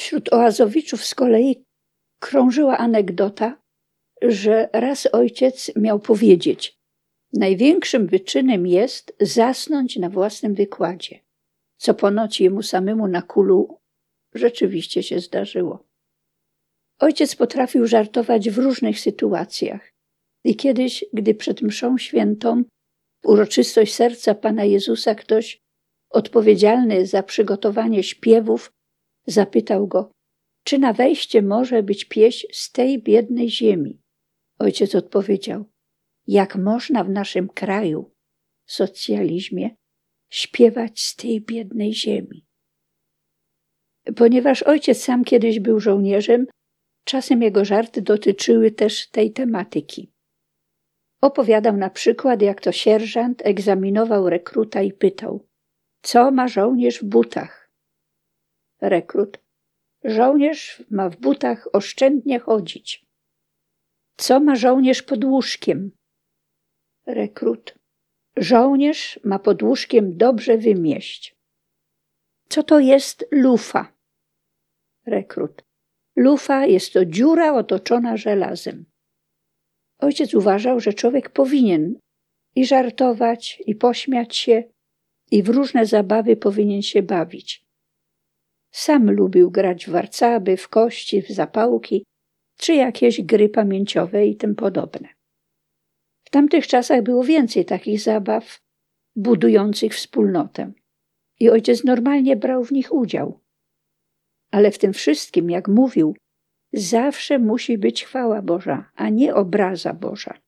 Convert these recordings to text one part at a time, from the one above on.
Wśród oazowiczów z kolei krążyła anegdota, że raz ojciec miał powiedzieć: największym wyczynem jest zasnąć na własnym wykładzie, co ponoć jemu samemu na kulu rzeczywiście się zdarzyło. Ojciec potrafił żartować w różnych sytuacjach i kiedyś, gdy przed mszą świętą w uroczystość serca Pana Jezusa ktoś odpowiedzialny za przygotowanie śpiewów zapytał go, czy na wejście może być pieśń z tej biednej ziemi. Ojciec odpowiedział: jak można w naszym kraju, socjalizmie, śpiewać z tej biednej ziemi? Ponieważ ojciec sam kiedyś był żołnierzem, czasem jego żarty dotyczyły też tej tematyki. Opowiadał na przykład, jak to sierżant egzaminował rekruta i pytał: co ma żołnierz w butach? Rekrut: żołnierz ma w butach oszczędnie chodzić. Co ma żołnierz pod łóżkiem? Rekrut: żołnierz ma pod łóżkiem dobrze wymieść. Co to jest lufa? Rekrut: lufa jest to dziura otoczona żelazem. Ojciec uważał, że człowiek powinien i żartować, i pośmiać się, i w różne zabawy powinien się bawić. Sam lubił grać w warcaby, w kości, w zapałki, czy jakieś gry pamięciowe i tym podobne. W tamtych czasach było więcej takich zabaw budujących wspólnotę i ojciec normalnie brał w nich udział. Ale w tym wszystkim, jak mówił, zawsze musi być chwała Boża, a nie obraza Boża.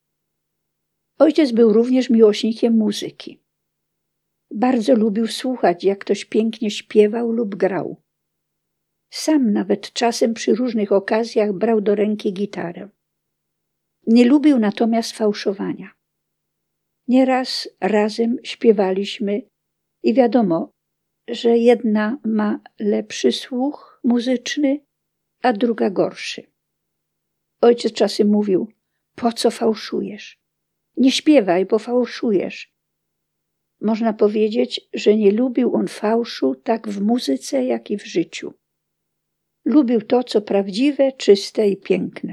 Ojciec był również miłośnikiem muzyki. Bardzo lubił słuchać, jak ktoś pięknie śpiewał lub grał. Sam nawet czasem przy różnych okazjach brał do ręki gitarę. Nie lubił natomiast fałszowania. Nieraz razem śpiewaliśmy i wiadomo, że jedna ma lepszy słuch muzyczny, a druga gorszy. Ojciec czasem mówił: po co fałszujesz? Nie śpiewaj, bo fałszujesz. Można powiedzieć, że nie lubił on fałszu tak w muzyce, jak i w życiu. Lubił to, co prawdziwe, czyste i piękne.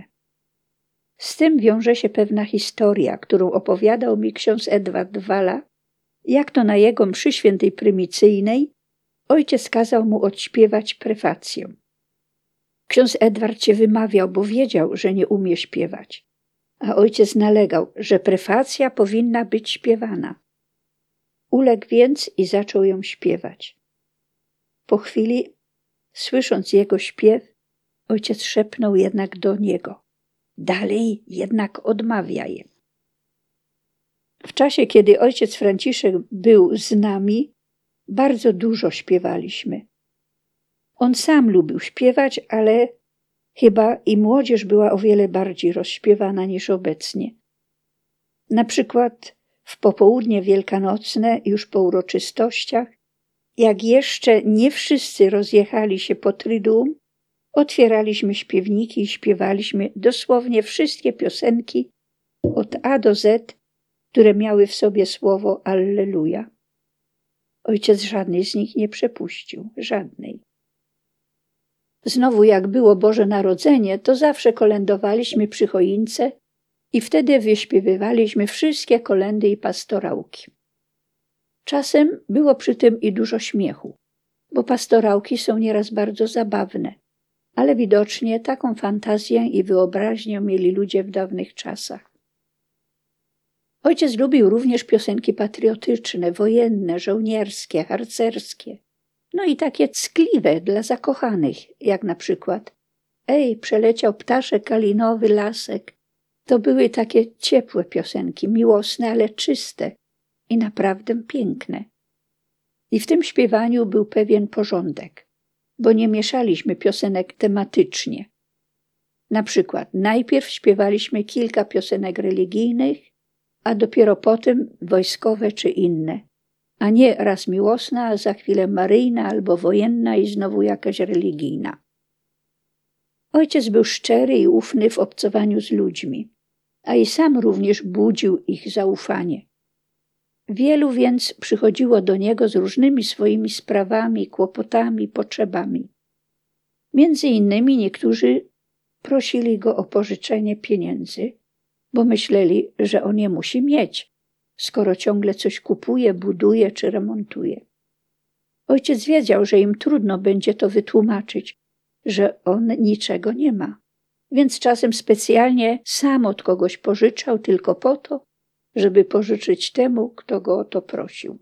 Z tym wiąże się pewna historia, którą opowiadał mi ksiądz Edward Wala, jak to na jego mszy świętej prymicyjnej ojciec kazał mu odśpiewać prefację. Ksiądz Edward się wymawiał, bo wiedział, że nie umie śpiewać, a ojciec nalegał, że prefacja powinna być śpiewana. Uległ więc i zaczął ją śpiewać. Po chwili, słysząc jego śpiew, ojciec szepnął jednak do niego: dalej jednak odmawiaj. W czasie, kiedy ojciec Franciszek był z nami, bardzo dużo śpiewaliśmy. On sam lubił śpiewać, ale chyba i młodzież była o wiele bardziej rozśpiewana niż obecnie. Na przykład w popołudnie wielkanocne, już po uroczystościach, jak jeszcze nie wszyscy rozjechali się po Triduum, otwieraliśmy śpiewniki i śpiewaliśmy dosłownie wszystkie piosenki od A do Z, które miały w sobie słowo Alleluja. Ojciec żadnej z nich nie przepuścił, żadnej. Znowu jak było Boże Narodzenie, to zawsze kolędowaliśmy przy choince i wtedy wyśpiewywaliśmy wszystkie kolędy i pastorałki. Czasem było przy tym i dużo śmiechu, bo pastorałki są nieraz bardzo zabawne, ale widocznie taką fantazję i wyobraźnię mieli ludzie w dawnych czasach. Ojciec lubił również piosenki patriotyczne, wojenne, żołnierskie, harcerskie, no i takie ckliwe dla zakochanych, jak na przykład Ej, przeleciał ptaszek kalinowy lasek. To były takie ciepłe piosenki, miłosne, ale czyste i naprawdę piękne. I w tym śpiewaniu był pewien porządek, bo nie mieszaliśmy piosenek tematycznie. Na przykład najpierw śpiewaliśmy kilka piosenek religijnych, a dopiero potem wojskowe czy inne, a nie raz miłosna, a za chwilę maryjna albo wojenna i znowu jakaś religijna. Ojciec był szczery i ufny w obcowaniu z ludźmi, a i sam również budził ich zaufanie. Wielu więc przychodziło do niego z różnymi swoimi sprawami, kłopotami, potrzebami. Między innymi niektórzy prosili go o pożyczenie pieniędzy, bo myśleli, że on je musi mieć, skoro ciągle coś kupuje, buduje czy remontuje. Ojciec wiedział, że im trudno będzie to wytłumaczyć, że on niczego nie ma, więc czasem specjalnie sam od kogoś pożyczał tylko po to, żeby pożyczyć temu, kto go o to prosił.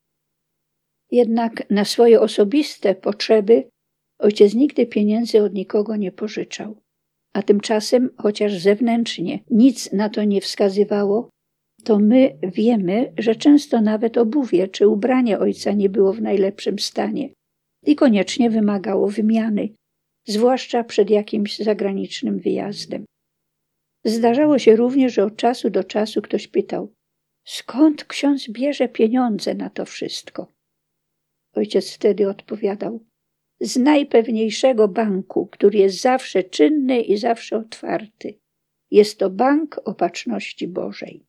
Jednak na swoje osobiste potrzeby ojciec nigdy pieniędzy od nikogo nie pożyczał. A tymczasem, chociaż zewnętrznie nic na to nie wskazywało, to my wiemy, że często nawet obuwie czy ubranie ojca nie było w najlepszym stanie i koniecznie wymagało wymiany, zwłaszcza przed jakimś zagranicznym wyjazdem. Zdarzało się również, że od czasu do czasu ktoś pytał, skąd ksiądz bierze pieniądze na to wszystko? Ojciec wtedy odpowiadał, z najpewniejszego banku, który jest zawsze czynny i zawsze otwarty. Jest to Bank Opatrzności Bożej.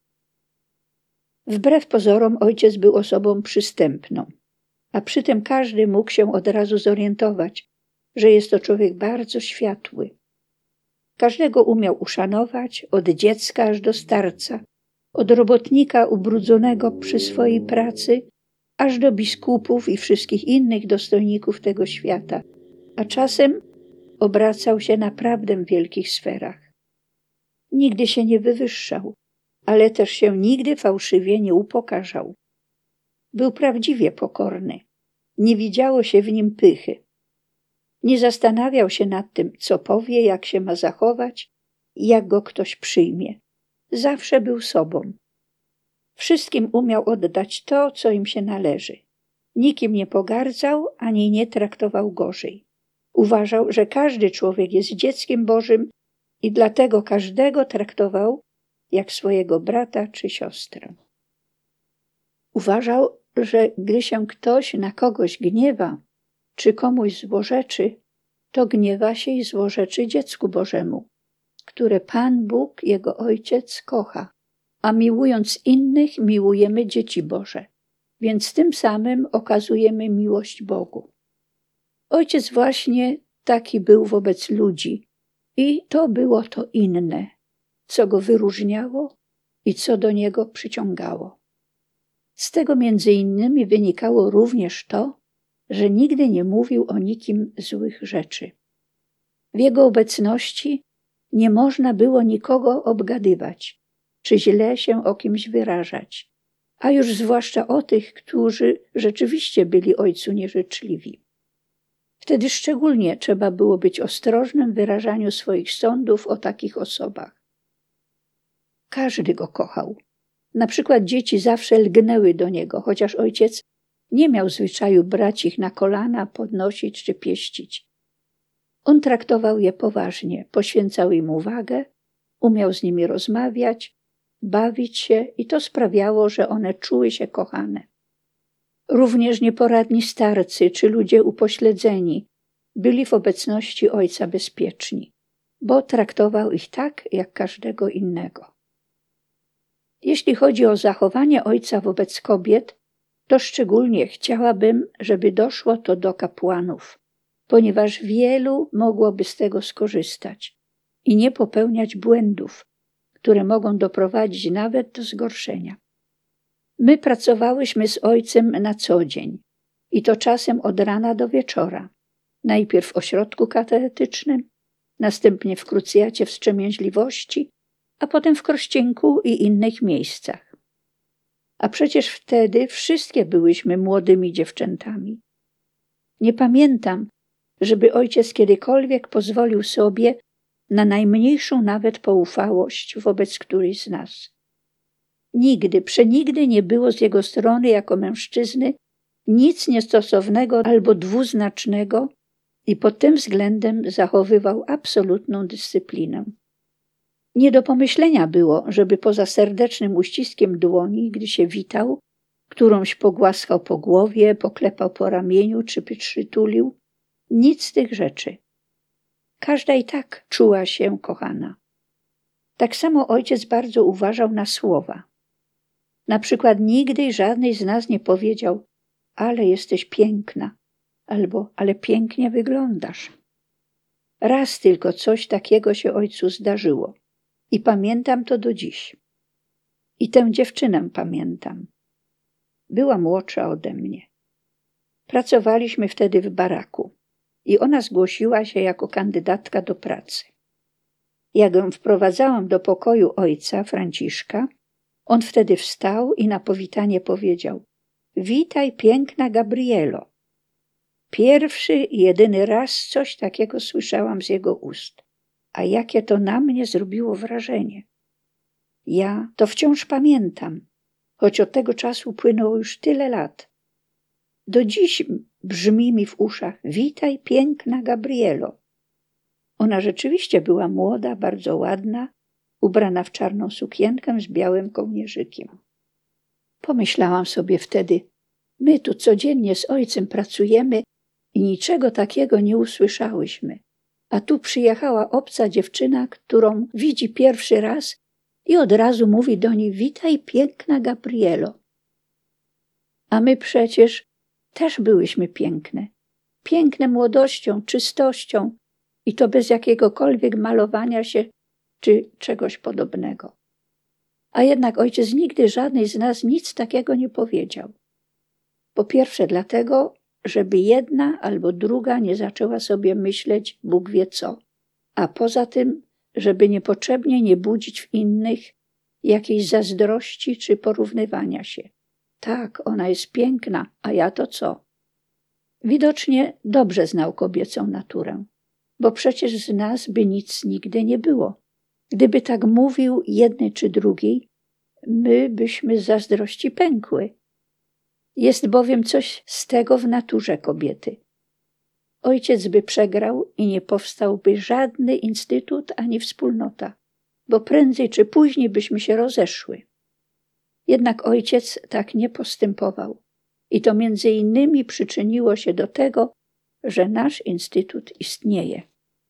Wbrew pozorom ojciec był osobą przystępną, a przy tym każdy mógł się od razu zorientować, że jest to człowiek bardzo światły. Każdego umiał uszanować, od dziecka aż do starca, od robotnika ubrudzonego przy swojej pracy, aż do biskupów i wszystkich innych dostojników tego świata, a czasem obracał się naprawdę w wielkich sferach. Nigdy się nie wywyższał, ale też się nigdy fałszywie nie upokarzał. Był prawdziwie pokorny. Nie widziało się w nim pychy. Nie zastanawiał się nad tym, co powie, jak się ma zachować i jak go ktoś przyjmie. Zawsze był sobą. Wszystkim umiał oddać to, co im się należy. Nikim nie pogardzał, ani nie traktował gorzej. Uważał, że każdy człowiek jest dzieckiem Bożym i dlatego każdego traktował jak swojego brata czy siostrę. Uważał, że gdy się ktoś na kogoś gniewa, czy komuś złorzeczy, to gniewa się i złorzeczy dziecku Bożemu, które Pan Bóg, Jego Ojciec, kocha, a miłując innych miłujemy dzieci Boże, więc tym samym okazujemy miłość Bogu. Ojciec właśnie taki był wobec ludzi i to było to inne, co go wyróżniało i co do niego przyciągało. Z tego między innymi wynikało również to, że nigdy nie mówił o nikim złych rzeczy. W jego obecności nie można było nikogo obgadywać, czy źle się o kimś wyrażać, a już zwłaszcza o tych, którzy rzeczywiście byli ojcu nieżyczliwi. Wtedy szczególnie trzeba było być ostrożnym w wyrażaniu swoich sądów o takich osobach. Każdy go kochał. Na przykład dzieci zawsze lgnęły do niego, chociaż ojciec nie miał zwyczaju brać ich na kolana, podnosić czy pieścić. On traktował je poważnie, poświęcał im uwagę, umiał z nimi rozmawiać, bawić się i to sprawiało, że one czuły się kochane. Również nieporadni starcy czy ludzie upośledzeni byli w obecności ojca bezpieczni, bo traktował ich tak, jak każdego innego. Jeśli chodzi o zachowanie ojca wobec kobiet, to szczególnie chciałabym, żeby doszło to do kapłanów, ponieważ wielu mogłoby z tego skorzystać i nie popełniać błędów, które mogą doprowadzić nawet do zgorszenia. My pracowałyśmy z ojcem na co dzień i to czasem od rana do wieczora. Najpierw w ośrodku katechetycznym, następnie w krucjacie wstrzemięźliwości, a potem w Krościenku i innych miejscach. A przecież wtedy wszystkie byłyśmy młodymi dziewczętami. Nie pamiętam, żeby ojciec kiedykolwiek pozwolił sobie na najmniejszą nawet poufałość wobec którejś z nas. Nigdy, przenigdy nie było z jego strony jako mężczyzny nic niestosownego albo dwuznacznego i pod tym względem zachowywał absolutną dyscyplinę. Nie do pomyślenia było, żeby poza serdecznym uściskiem dłoni, gdy się witał, którąś pogłaskał po głowie, poklepał po ramieniu czy przytulił, nic z tych rzeczy. Każda i tak czuła się kochana. Tak samo ojciec bardzo uważał na słowa. Na przykład nigdy żadnej z nas nie powiedział, ale jesteś piękna, albo ale pięknie wyglądasz. Raz tylko coś takiego się ojcu zdarzyło i pamiętam to do dziś. I tę dziewczynę pamiętam. Była młodsza ode mnie. Pracowaliśmy wtedy w baraku i ona zgłosiła się jako kandydatka do pracy. Jak ją wprowadzałam do pokoju ojca Franciszka, on wtedy wstał i na powitanie powiedział: „Witaj, piękna Gabrielo”. Pierwszy i jedyny raz coś takiego słyszałam z jego ust, a jakie to na mnie zrobiło wrażenie. Ja to wciąż pamiętam, choć od tego czasu upłynęło już tyle lat. Do dziś brzmi mi w uszach: „Witaj, piękna Gabrielo”. Ona rzeczywiście była młoda, bardzo ładna, ubrana w czarną sukienkę z białym kołnierzykiem. Pomyślałam sobie wtedy: my tu codziennie z ojcem pracujemy i niczego takiego nie usłyszałyśmy. A tu przyjechała obca dziewczyna, którą widzi pierwszy raz i od razu mówi do niej: „Witaj, piękna Gabrielo”. A my przecież też byłyśmy piękne. Piękne młodością, czystością i to bez jakiegokolwiek malowania się czy czegoś podobnego. A jednak ojciec nigdy żadnej z nas nic takiego nie powiedział. Po pierwsze dlatego, żeby jedna albo druga nie zaczęła sobie myśleć Bóg wie co, a poza tym, żeby niepotrzebnie nie budzić w innych jakiejś zazdrości czy porównywania się. Tak, ona jest piękna, a ja to co? Widocznie dobrze znał kobiecą naturę, bo przecież z nas by nic nigdy nie było. Gdyby tak mówił jednej czy drugiej, my byśmy z zazdrości pękły. Jest bowiem coś z tego w naturze kobiety. Ojciec by przegrał i nie powstałby żadny instytut ani wspólnota, bo prędzej czy później byśmy się rozeszły. Jednak ojciec tak nie postępował i to między innymi przyczyniło się do tego, że nasz instytut istnieje.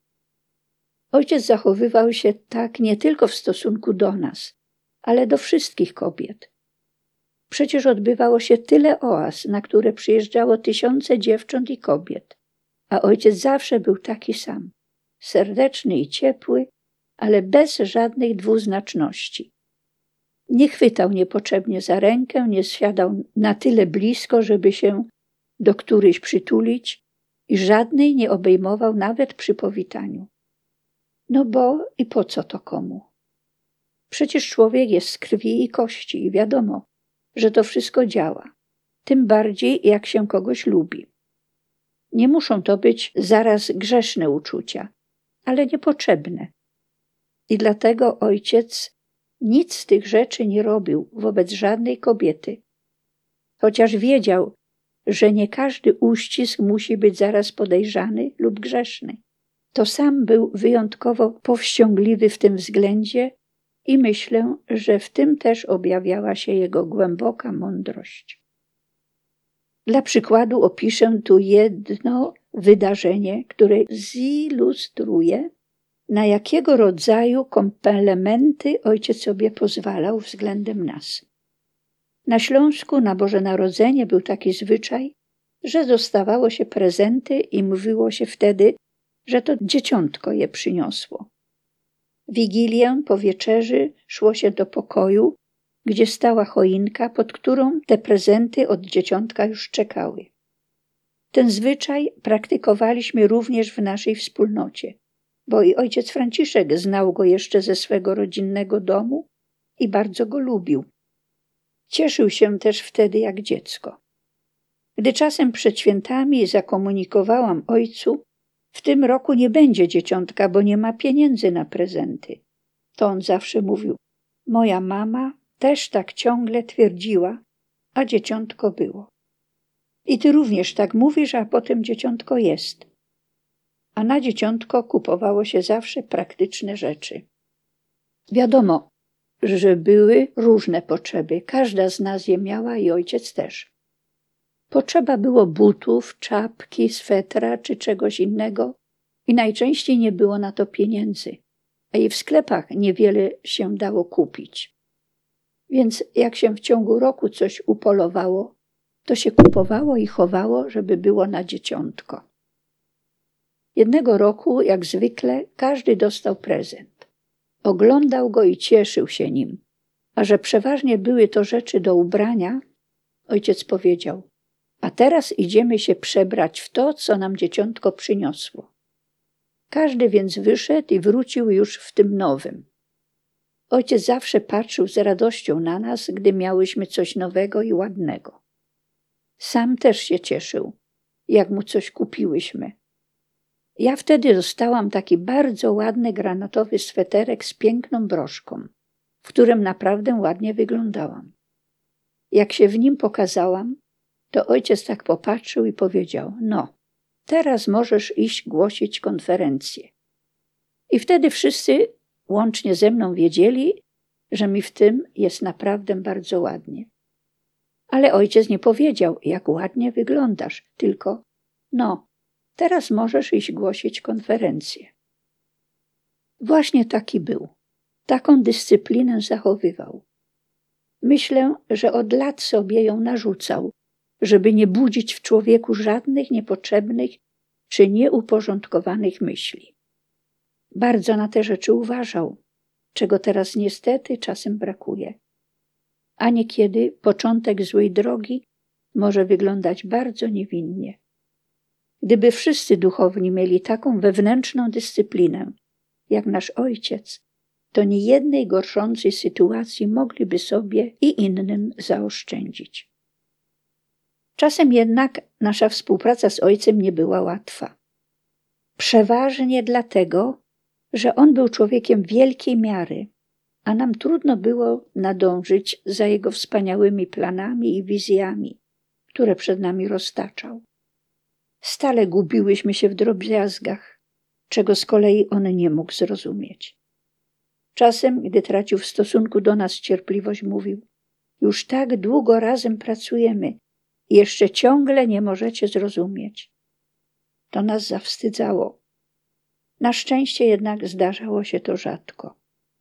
Ojciec zachowywał się tak nie tylko w stosunku do nas, ale do wszystkich kobiet. Przecież odbywało się tyle oaz, na które przyjeżdżało tysiące dziewcząt i kobiet, a ojciec zawsze był taki sam, serdeczny i ciepły, ale bez żadnych dwuznaczności. Nie chwytał niepotrzebnie za rękę, nie siadał na tyle blisko, żeby się do którejś przytulić i żadnej nie obejmował nawet przy powitaniu. No bo i po co to komu? Przecież człowiek jest z krwi i kości i wiadomo, że to wszystko działa, tym bardziej jak się kogoś lubi. Nie muszą to być zaraz grzeszne uczucia, ale niepotrzebne. I dlatego ojciec nic z tych rzeczy nie robił wobec żadnej kobiety, chociaż wiedział, że nie każdy uścisk musi być zaraz podejrzany lub grzeszny. To sam był wyjątkowo powściągliwy w tym względzie i myślę, że w tym też objawiała się jego głęboka mądrość. Dla przykładu opiszę tu jedno wydarzenie, które zilustruje, na jakiego rodzaju komplementy ojciec sobie pozwalał względem nas. Na Śląsku na Boże Narodzenie był taki zwyczaj, że dostawało się prezenty i mówiło się wtedy, że to dzieciątko je przyniosło. Wigilię po wieczerzy szło się do pokoju, gdzie stała choinka, pod którą te prezenty od dzieciątka już czekały. Ten zwyczaj praktykowaliśmy również w naszej wspólnocie, bo i ojciec Franciszek znał go jeszcze ze swego rodzinnego domu i bardzo go lubił. Cieszył się też wtedy jak dziecko. Gdy czasem przed świętami zakomunikowałam ojcu: „W tym roku nie będzie dzieciątka, bo nie ma pieniędzy na prezenty”, to on zawsze mówił: „Moja mama też tak ciągle twierdziła, a dzieciątko było. I ty również tak mówisz, a potem dzieciątko jest”. A na dzieciątko kupowało się zawsze praktyczne rzeczy. Wiadomo, że były różne potrzeby. Każda z nas je miała i ojciec też. Potrzeba było butów, czapki, swetra czy czegoś innego i najczęściej nie było na to pieniędzy, a i w sklepach niewiele się dało kupić. Więc jak się w ciągu roku coś upolowało, to się kupowało i chowało, żeby było na dzieciątko. Jednego roku, jak zwykle, każdy dostał prezent. Oglądał go i cieszył się nim. A że przeważnie były to rzeczy do ubrania, ojciec powiedział: a teraz idziemy się przebrać w to, co nam dzieciątko przyniosło. Każdy więc wyszedł i wrócił już w tym nowym. Ojciec zawsze patrzył z radością na nas, gdy miałyśmy coś nowego i ładnego. Sam też się cieszył, jak mu coś kupiłyśmy. Ja wtedy dostałam taki bardzo ładny granatowy sweterek z piękną broszką, w którym naprawdę ładnie wyglądałam. Jak się w nim pokazałam, to ojciec tak popatrzył i powiedział: no, teraz możesz iść głosić konferencję. I wtedy wszyscy, łącznie ze mną, wiedzieli, że mi w tym jest naprawdę bardzo ładnie. Ale ojciec nie powiedział: jak ładnie wyglądasz, tylko: no, teraz możesz iść głosić konferencję. Właśnie taki był. Taką dyscyplinę zachowywał. Myślę, że od lat sobie ją narzucał, żeby nie budzić w człowieku żadnych niepotrzebnych czy nieuporządkowanych myśli. Bardzo na te rzeczy uważał, czego teraz niestety czasem brakuje. A niekiedy początek złej drogi może wyglądać bardzo niewinnie. Gdyby wszyscy duchowni mieli taką wewnętrzną dyscyplinę, jak nasz ojciec, to niejednej gorszącej sytuacji mogliby sobie i innym zaoszczędzić. Czasem jednak nasza współpraca z ojcem nie była łatwa. Przeważnie dlatego, że on był człowiekiem wielkiej miary, a nam trudno było nadążyć za jego wspaniałymi planami i wizjami, które przed nami roztaczał. Stale gubiłyśmy się w drobiazgach, czego z kolei on nie mógł zrozumieć. Czasem, gdy tracił w stosunku do nas cierpliwość, mówił: już tak długo razem pracujemy i jeszcze ciągle nie możecie zrozumieć. To nas zawstydzało. Na szczęście jednak zdarzało się to rzadko.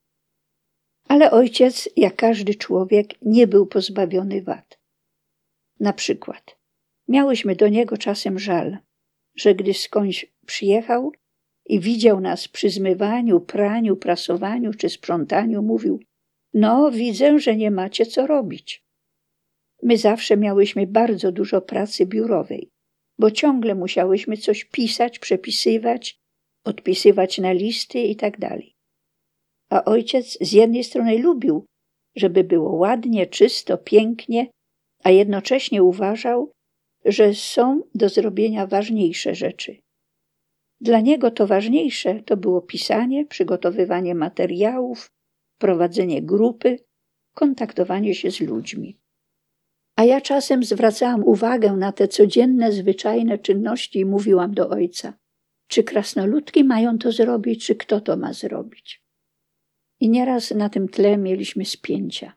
Ale ojciec, jak każdy człowiek, nie był pozbawiony wad. Na przykład, miałyśmy do niego czasem żal, że gdy skądś przyjechał i widział nas przy zmywaniu, praniu, prasowaniu czy sprzątaniu, mówił: no, widzę, że nie macie co robić. My zawsze miałyśmy bardzo dużo pracy biurowej, bo ciągle musiałyśmy coś pisać, przepisywać, odpisywać na listy i tak dalej. A ojciec z jednej strony lubił, żeby było ładnie, czysto, pięknie, a jednocześnie uważał, że są do zrobienia ważniejsze rzeczy. Dla niego to ważniejsze to było pisanie, przygotowywanie materiałów, prowadzenie grupy, kontaktowanie się z ludźmi. A ja czasem zwracałam uwagę na te codzienne, zwyczajne czynności i mówiłam do ojca: czy krasnoludki mają to zrobić, czy kto to ma zrobić? I nieraz na tym tle mieliśmy spięcia.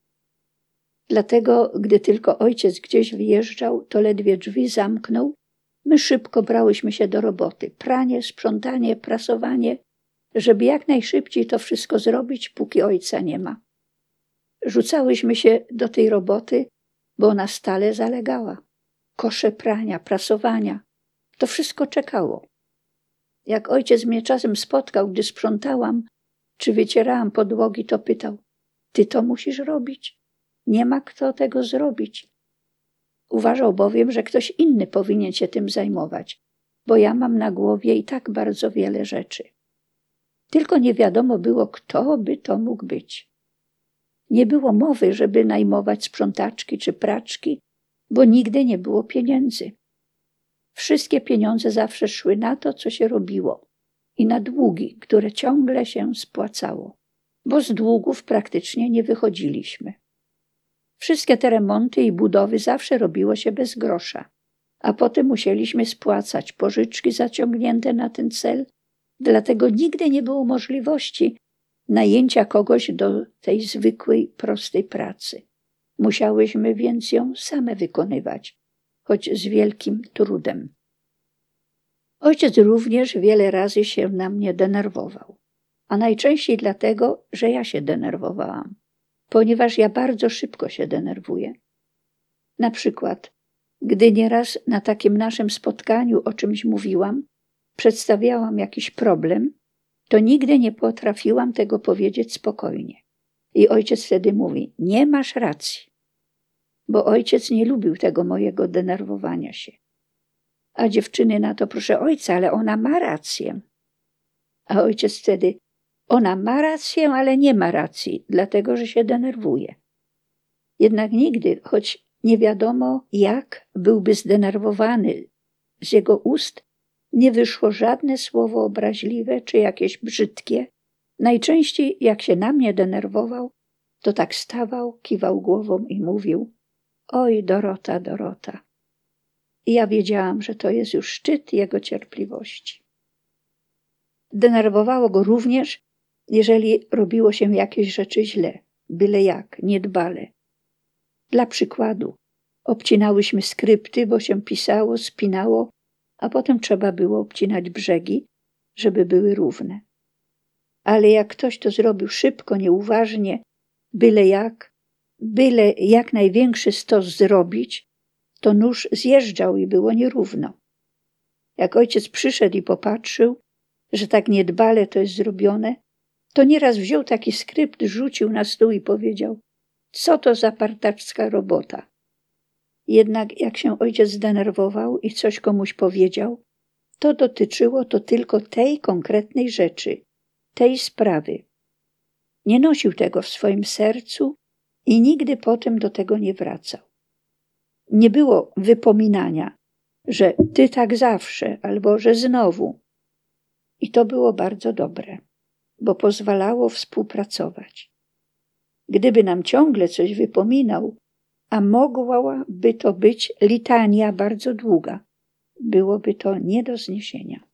Dlatego, gdy tylko ojciec gdzieś wyjeżdżał, to ledwie drzwi zamknął, my szybko brałyśmy się do roboty. Pranie, sprzątanie, prasowanie, żeby jak najszybciej to wszystko zrobić, póki ojca nie ma. Rzucałyśmy się do tej roboty, bo ona stale zalegała. Kosze prania, prasowania, to wszystko czekało. Jak ojciec mnie czasem spotkał, gdy sprzątałam, czy wycierałam podłogi, to pytał: ty to musisz robić? Nie ma kto tego zrobić. Uważał bowiem, że ktoś inny powinien się tym zajmować, bo ja mam na głowie i tak bardzo wiele rzeczy. Tylko nie wiadomo było, kto by to mógł być. Nie było mowy, żeby najmować sprzątaczki czy praczki, bo nigdy nie było pieniędzy. Wszystkie pieniądze zawsze szły na to, co się robiło i na długi, które ciągle się spłacało, bo z długów praktycznie nie wychodziliśmy. Wszystkie te remonty i budowy zawsze robiło się bez grosza, a potem musieliśmy spłacać pożyczki zaciągnięte na ten cel, dlatego nigdy nie było możliwości najęcia kogoś do tej zwykłej, prostej pracy. Musiałyśmy więc ją same wykonywać, choć z wielkim trudem. Ojciec również wiele razy się na mnie denerwował, a najczęściej dlatego, że ja się denerwowałam, ponieważ ja bardzo szybko się denerwuję. Na przykład, gdy nieraz na takim naszym spotkaniu o czymś mówiłam, przedstawiałam jakiś problem, to nigdy nie potrafiłam tego powiedzieć spokojnie. I ojciec wtedy mówi, nie masz racji, bo ojciec nie lubił tego mojego denerwowania się. A dziewczyny na to, proszę ojca, ale ona ma rację. A ojciec wtedy, ona ma rację, ale nie ma racji, dlatego że się denerwuje. Jednak nigdy, choć nie wiadomo jak byłby zdenerwowany, z jego ust nie wyszło żadne słowo obraźliwe czy jakieś brzydkie. Najczęściej jak się na mnie denerwował, to tak stawał, kiwał głową i mówił, oj Dorota, Dorota. I ja wiedziałam, że to jest już szczyt jego cierpliwości. Denerwowało go również, jeżeli robiło się jakieś rzeczy źle, byle jak, niedbale. Dla przykładu, obcinałyśmy skrypty, bo się pisało, spinało, a potem trzeba było obcinać brzegi, żeby były równe. Ale jak ktoś to zrobił szybko, nieuważnie, byle jak największy stos zrobić, to nóż zjeżdżał i było nierówno. Jak ojciec przyszedł i popatrzył, że tak niedbale to jest zrobione, to nieraz wziął taki skrypt, rzucił na stół i powiedział, co to za partacka robota. Jednak jak się ojciec zdenerwował i coś komuś powiedział, to dotyczyło to tylko tej konkretnej rzeczy, tej sprawy. Nie nosił tego w swoim sercu i nigdy potem do tego nie wracał. Nie było wypominania, że ty tak zawsze, albo że znowu. I to było bardzo dobre, bo pozwalało współpracować. Gdyby nam ciągle coś wypominał, a mogłaby to być litania bardzo długa, byłoby to nie do zniesienia.